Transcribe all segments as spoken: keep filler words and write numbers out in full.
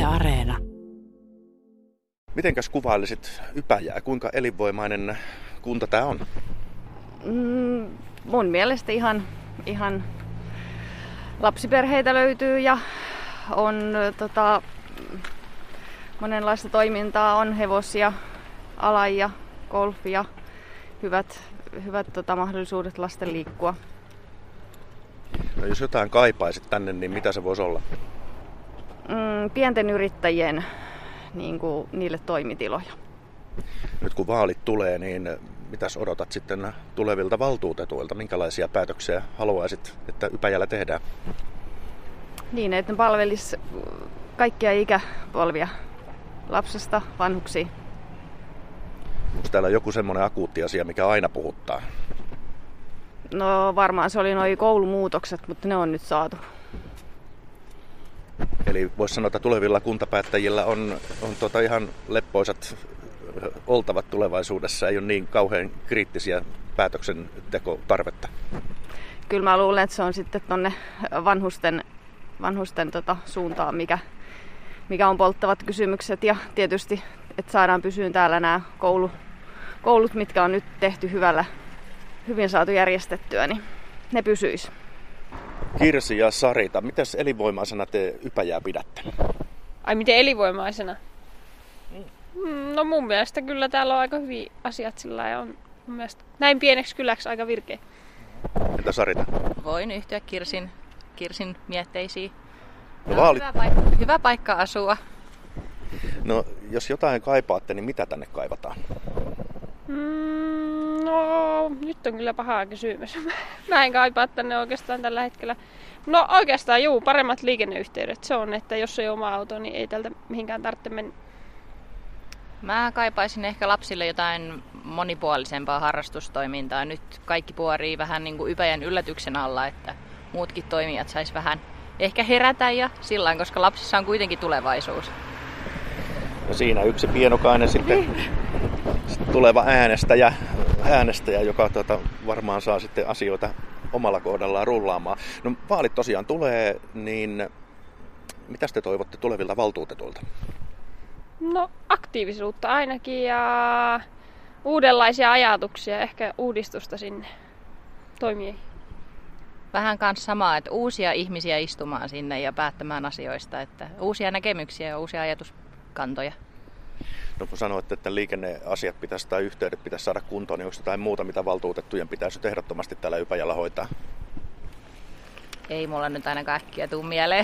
Areena. Mitenkäs kuvailisit Ypäjää? Kuinka elinvoimainen kunta tämä on? Mm, mun mielestä ihan, ihan lapsiperheitä löytyy ja on tota, monenlaista toimintaa, on hevosia, alajia, golfia, hyvät, hyvät tota, mahdollisuudet lasten liikkua. No, jos jotain kaipaisit tänne, niin mitä se voisi olla? Mm, pienten yrittäjien niin kuin, niille toimitiloja. Nyt kun vaalit tulee, niin mitäs odotat sitten tulevilta valtuutetuilta? Minkälaisia päätöksiä haluaisit, että Ypäjällä tehdään? Niin, että ne palvelisi kaikkia ikäpolvia, lapsesta vanhuksiin. Onko täällä joku semmoinen akuutti asia, mikä aina puhuttaa? No varmaan se oli nuo koulumuutokset, mutta ne on nyt saatu. Eli voisi sanoa, että tulevilla kuntapäättäjillä on, on tota ihan leppoisat oltavat tulevaisuudessa. Ei ole niin kauhean kriittisiä päätöksentekotarvetta. Kyllä mä luulen, että se on sitten tuonne vanhusten, vanhusten tota suuntaan, mikä, mikä on polttavat kysymykset. Ja tietysti, että saadaan pysyä täällä nämä koulu, koulut, mitkä on nyt tehty hyvällä, hyvin saatu järjestettyä, niin ne pysyis. Kirsi ja Sarita, mitäs elinvoimaisena te Ypäjää pidätte? Ai miten elinvoimaisena? Mm. No mun mielestä kyllä täällä on aika hyviä asiat sillä ja on mun mielestä näin pieneksi kyläksi aika virkeä. Entä Sarita? Voin yhtyä Kirsin, Kirsin mietteisiin. No, vaalit... hyvä, paikka, hyvä paikka asua. No jos jotain kaipaatte, niin mitä tänne kaivataan? Mm, no nyt on kyllä pahaa kysymys. Mä en kaipaa tänne oikeastaan tällä hetkellä. No oikeastaan juu, paremmat liikenneyhteydet. Se on, että jos ei ole oma auto, niin ei tältä mihinkään tarvitse mennä. Mä kaipaisin ehkä lapsille jotain monipuolisempaa harrastustoimintaa. Nyt kaikki puorii vähän niin kuin Ypäjän yllätyksen alla, että muutkin toimijat sais vähän ehkä herätä ja sillain, koska lapsissa on kuitenkin tulevaisuus. Ja siinä yksi pienokainen sitten tuleva äänestäjä, äänestäjä joka tuota, varmaan saa sitten asioita omalla kohdallaan rullaamaan. No vaalit tosiaan tulee, niin mitä te toivotte tulevilta valtuutetuilta? No aktiivisuutta ainakin ja uudenlaisia ajatuksia, ehkä uudistusta sinne toimijoihin. Vähän kanssa samaa, että uusia ihmisiä istumaan sinne ja päättämään asioista, että uusia näkemyksiä ja uusia ajatuskantoja. No kun sanoitte, että liikenneasiat pitäisi tai yhteydet pitäisi saada kuntoon, niin onko jotain muuta, mitä valtuutettujen pitäisi ehdottomasti täällä Ypäjällä hoitaa? Ei mulla nyt ainakaan äkkiä tuu mieleen.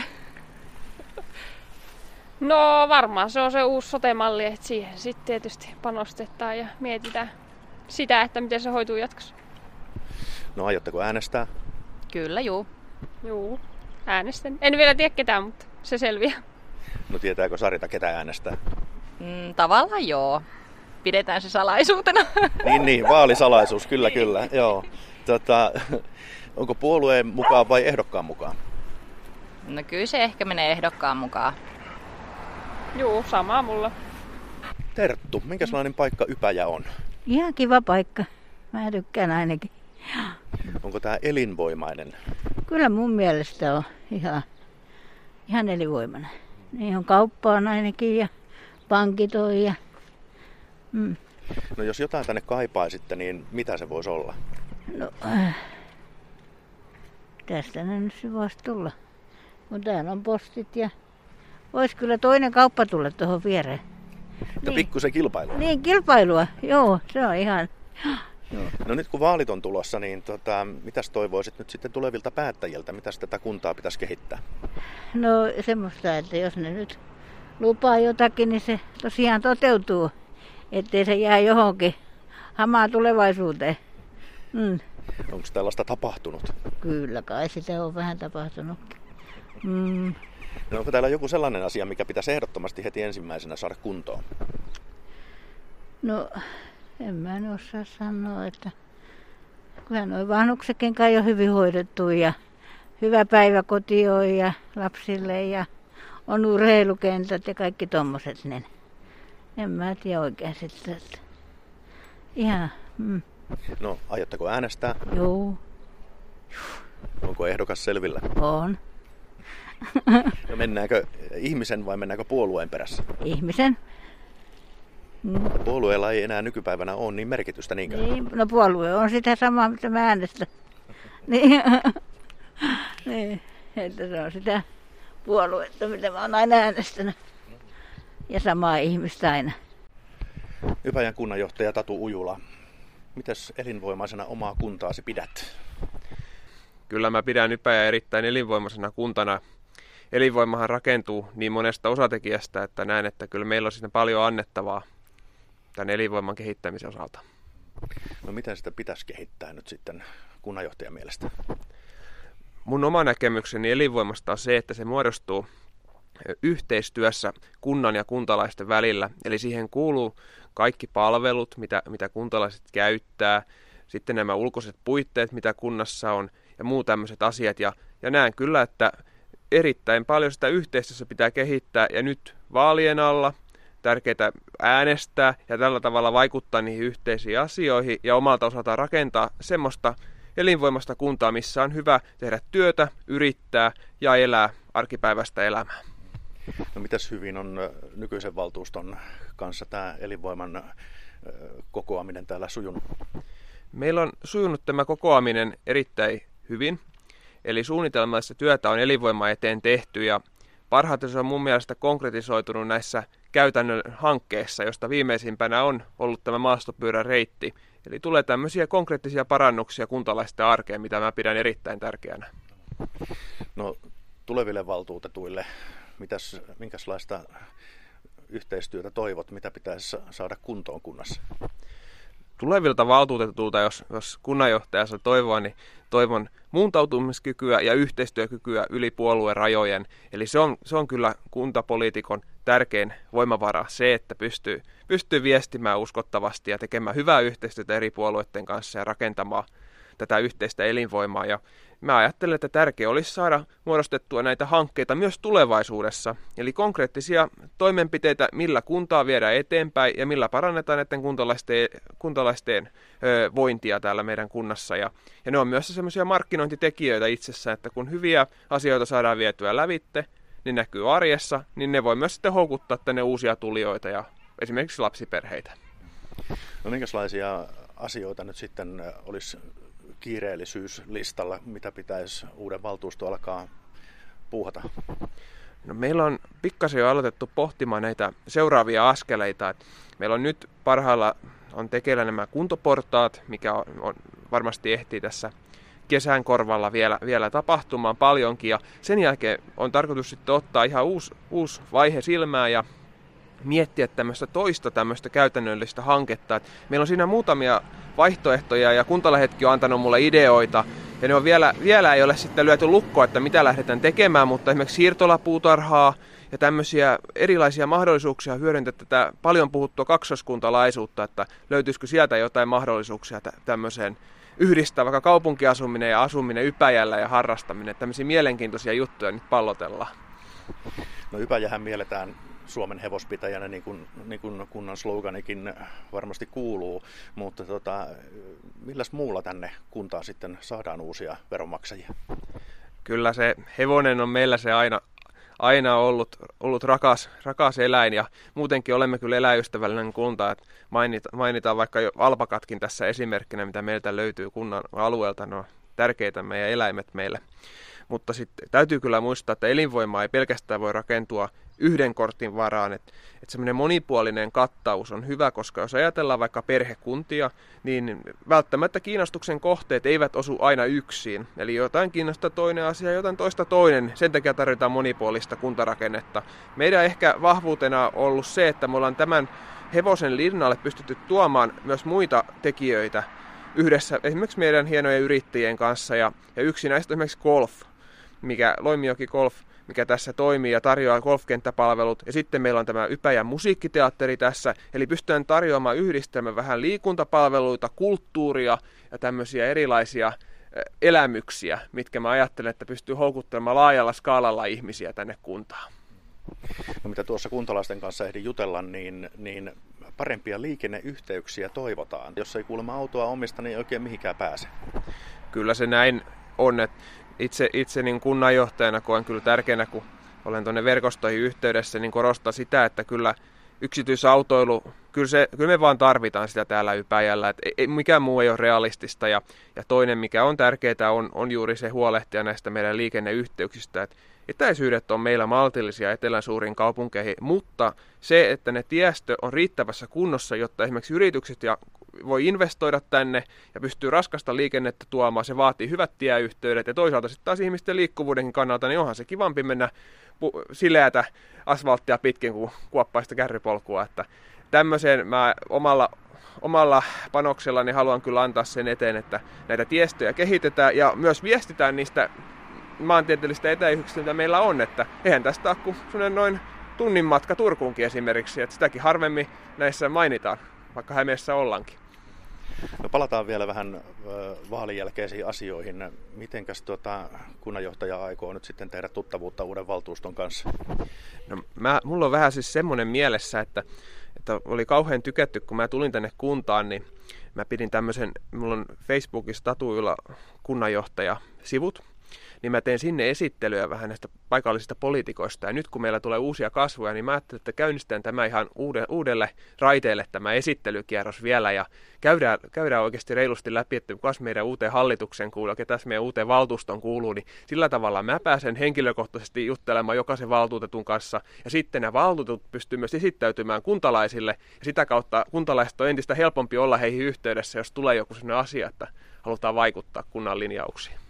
No varmaan se on se uusi sote-malli, että siihen sitten tietysti panostetaan ja mietitään sitä, että miten se hoituu jatkossa. No aiotteko äänestää? Kyllä, juu. Juu, äänestän. En vielä tiedä ketään, mutta se selviää. No tietääkö Sarita, ketä äänestää? Mm, tavallaan joo. Pidetään se salaisuutena. Niin, niin, vaalisalaisuus, kyllä, kyllä. Joo. Tota, onko puolueen mukaan vai ehdokkaan mukaan? No kyllä se ehkä menee ehdokkaan mukaan. Juu, samaa mulla. Terttu, minkälainen paikka Ypäjä on? Ihan kiva paikka. Mä tykkään ainakin. Onko tämä elinvoimainen? Kyllä mun mielestä on ihan, ihan elinvoimainen. Niin on kauppaa ainakin ja pankit on ja... Mm. No jos jotain tänne kaipaisitte, niin mitä se voisi olla? No, äh, tästä ne nyt se voisi tulla. Kun täällä on postit ja... Voisi kyllä toinen kauppa tulla tuohon viereen. Ja niin. Pikkusen kilpailua. Niin, kilpailua. Joo, se on ihan... No nyt kun vaalit on tulossa, niin tota, mitäs toivoisit nyt sitten tulevilta päättäjiltä? Mitäs tätä kuntaa pitäisi kehittää? No semmoista, että jos ne nyt lupaa jotakin, niin se tosiaan toteutuu. Ettei se jää johonkin hamaan tulevaisuuteen. Mm. Onko tällaista tapahtunut? Kyllä kai sitä on vähän tapahtunut. Mm. No onko täällä joku sellainen asia, mikä pitäisi ehdottomasti heti ensimmäisenä saada kuntoon? No en mä en osaa sanoa, että kyllä nuo vanhuksetkin kai on hyvin hoidettu ja hyvä päiväkoti on ja lapsille ja on urheilukentät ja kaikki tommoset. Niin en mä tiedä oikein sitten, että ihan... Mm. No aiotteko äänestää? Joo. Onko ehdokas selvillä? On. No mennäänkö ihmisen vai mennäänkö puolueen perässä? Ihmisen. Mm. Puolueella ei enää nykypäivänä ole niin merkitystä niinkään. Niin, no puolue on sitä samaa, mitä mä äänestän. Niin, niin, että se on sitä puoluetta, mitä mä oon aina äänestänyt. Ja samaa ihmistä aina. Ypäjän kunnanjohtaja Tatu Ujula, mitäs elinvoimaisena omaa kuntaasi pidät? Kyllä mä pidän Ypäjää erittäin elinvoimaisena kuntana. Elinvoimahan rakentuu niin monesta osatekijästä, että näen, että kyllä meillä on siinä paljon annettavaa tämän elinvoiman kehittämisen osalta. No miten sitä pitäisi kehittää nyt sitten kunnanjohtajan mielestä? Mun oma näkemykseni elinvoimasta on se, että se muodostuu yhteistyössä kunnan ja kuntalaisten välillä. Eli siihen kuuluu kaikki palvelut, mitä, mitä kuntalaiset käyttää, sitten nämä ulkoiset puitteet, mitä kunnassa on ja muu tämmöiset asiat. Ja, ja näen kyllä, että erittäin paljon sitä yhteistyössä pitää kehittää ja nyt vaalien alla tärkeää äänestää ja tällä tavalla vaikuttaa niihin yhteisiin asioihin ja omalta osaltaan rakentaa semmoista elinvoimasta kuntaa, missä on hyvä tehdä työtä, yrittää ja elää arkipäiväistä elämää. No mitäs hyvin on nykyisen valtuuston kanssa tämä elinvoiman kokoaminen täällä sujunut? Meillä on sujunut tämä kokoaminen erittäin hyvin. Eli suunnitelmallista työtä on elinvoima eteen tehty ja parhaiten se on mun mielestä konkretisoitunut näissä käytännön hankkeissa, josta viimeisimpänä on ollut tämä maastopyöräreitti. Eli tulee tämmöisiä konkreettisia parannuksia kuntalaisten arkeen, mitä mä pidän erittäin tärkeänä. No tuleville valtuutetuille, mitäs, minkälaista yhteistyötä toivot, mitä pitäisi saada kuntoon kunnassa? Tulevilta valtuutetulta, jos, jos kunnanjohtaja saa toivoa, niin toivon muuntautumiskykyä ja yhteistyökykyä yli puolueen rajojen. Eli se on, se on kyllä kuntapoliitikon tärkein voimavara, se, että pystyy, pystyy viestimään uskottavasti ja tekemään hyvää yhteistyötä eri puolueiden kanssa ja rakentamaan tätä yhteistä elinvoimaa. Ja mä ajattelen, että tärkeää olisi saada muodostettua näitä hankkeita myös tulevaisuudessa. Eli konkreettisia toimenpiteitä, millä kuntaa viedään eteenpäin ja millä parannetaan näiden kuntalaisten, kuntalaisten ö, vointia täällä meidän kunnassa. Ja, ja ne on myös sellaisia markkinointitekijöitä itsessään, että kun hyviä asioita saadaan vietyä lävitte, niin näkyy arjessa, niin ne voi myös sitten houkuttaa tänne uusia tulijoita ja esimerkiksi lapsiperheitä. No minkälaisia asioita nyt sitten olisi kiireellisyyslistalla, mitä pitäisi uuden valtuuston alkaa puuhata? No, meillä on pikkasen jo aloitettu pohtimaan näitä seuraavia askeleita. Meillä on nyt parhailla on tekeillä nämä kuntoportaat, mikä on, on, varmasti ehtii tässä kesän korvalla vielä, vielä tapahtumaan paljonkin. Ja sen jälkeen on tarkoitus sitten ottaa ihan uusi, uusi vaihe silmään ja miettiä tämmöistä toista tämmöistä käytännöllistä hanketta. Et meillä on siinä muutamia vaihtoehtoja ja Kuntalehtikin on antanut mulle ideoita. Ja ne on vielä, vielä ei ole sitten lyöty lukkoa, että mitä lähdetään tekemään, mutta esimerkiksi siirtolapuutarhaa ja tämmöisiä erilaisia mahdollisuuksia hyödyntää tätä paljon puhuttua kaksoiskuntalaisuutta, että löytyisikö sieltä jotain mahdollisuuksia tämmöiseen yhdistää vaikka kaupunkiasuminen ja asuminen Ypäjällä ja harrastaminen. Tämmöisiä mielenkiintoisia juttuja nyt pallotellaan. No Ypäjähän mielletään Suomen hevospitäjänä, niin kuin, niin kuin kunnan sloganikin varmasti kuuluu, mutta tota, milläs muulla tänne kuntaan sitten saadaan uusia veronmaksajia? Kyllä se hevonen on meillä se aina, aina ollut, ollut rakas, rakas eläin ja muutenkin olemme kyllä eläinystävällinen kunta. Että mainita, mainitaan vaikka jo alpakatkin tässä esimerkkinä, mitä meiltä löytyy kunnan alueelta. Ne on tärkeitä meidän eläimet meille. Mutta sitten täytyy kyllä muistaa, että elinvoima ei pelkästään voi rakentua yhden kortin varaan, että, että semmoinen monipuolinen kattaus on hyvä, koska jos ajatellaan vaikka perhekuntia, niin välttämättä kiinnostuksen kohteet eivät osu aina yksin. Eli jotain kiinnostaa toinen asia, jotain toista toinen. Sen takia tarvitaan monipuolista kuntarakennetta. Meidän ehkä vahvuutena on ollut se, että me ollaan tämän hevosen linnalle pystytty tuomaan myös muita tekijöitä yhdessä, esimerkiksi meidän hienojen yrittäjien kanssa. Ja, ja yksi näistä on esimerkiksi golf, mikä Loimijoki Golf, mikä tässä toimii ja tarjoaa golfkenttäpalvelut. Ja sitten meillä on tämä Ypäjän musiikkiteatteri tässä, eli pystytään tarjoamaan yhdistelmän vähän liikuntapalveluita, kulttuuria ja tämmöisiä erilaisia elämyksiä, mitkä mä ajattelen, että pystyy houkuttelemaan laajalla skaalalla ihmisiä tänne kuntaan. No, mitä tuossa kuntalaisten kanssa ehdin jutella, niin, niin parempia liikenneyhteyksiä toivotaan. Jos ei kuulemma autoa omista, niin ei oikein mihinkään pääse. Kyllä se näin on, että itse, itse niin kunnanjohtajana koen kyllä tärkeänä, kun olen tuonne verkostoihin yhteydessä, niin korostaa sitä, että kyllä yksityisautoilu, kyllä, se, kyllä me vaan tarvitaan sitä täällä Ypäjällä, että ei, mikään muu ei ole realistista. Ja, ja toinen, mikä on tärkeää, on, on juuri se huolehtia näistä meidän liikenneyhteyksistä, että etäisyydet on meillä maltillisia etelän suuriin kaupunkeihin, mutta se, että ne tiestö on riittävässä kunnossa, jotta esimerkiksi yritykset ja voi investoida tänne ja pystyy raskasta liikennettä tuomaan, se vaatii hyvät tieyhteydet ja toisaalta sitten taas ihmisten liikkuvuudenkin kannalta, niin onhan se kivampi mennä sileätä asfalttia pitkin kuin kuoppaista kärrypolkua, että tämmöiseen mä omalla, omalla panoksellani haluan kyllä antaa sen eteen, että näitä tiestöjä kehitetään ja myös viestitään niistä maantieteellisistä etäisyyksistä, mitä meillä on, että eihän tästä ole kuin sellainen noin tunnin matka Turkuunkin esimerkiksi, että sitäkin harvemmin näissä mainitaan, vaikka Hämeessä ollaankin. No palataan vielä vähän vaalin jälkeisiin asioihin. Mitenkäs tuota, kunnanjohtaja aikoo nyt sitten tehdä tuttavuutta uuden valtuuston kanssa? No, mä, mulla on vähän siis semmoinen mielessä, että, että oli kauhean tykätty, kun mä tulin tänne kuntaan, niin mä pidin tämmöisen, mulla on Facebookissa tatuilla kunnanjohtajasivut, niin mä teen sinne esittelyä vähän näistä paikallisista poliitikoista. Ja nyt kun meillä tulee uusia kasvuja, niin mä ajattelin, että käynnistän tämä ihan uudelle raiteelle tämä esittelykierros vielä. Ja käydään, käydään oikeasti reilusti läpi, että kuka meidän uuteen hallituksen kuuluu ja ketäs meidän uuteen valtuuston kuuluu. Niin sillä tavalla mä pääsen henkilökohtaisesti juttelemaan jokaisen valtuutetun kanssa. Ja sitten nämä valtuutetut pystyy myös esittäytymään kuntalaisille. Ja sitä kautta kuntalaiset on entistä helpompi olla heihin yhteydessä, jos tulee joku sellainen asia, että halutaan vaikuttaa kunnan linjauksiin.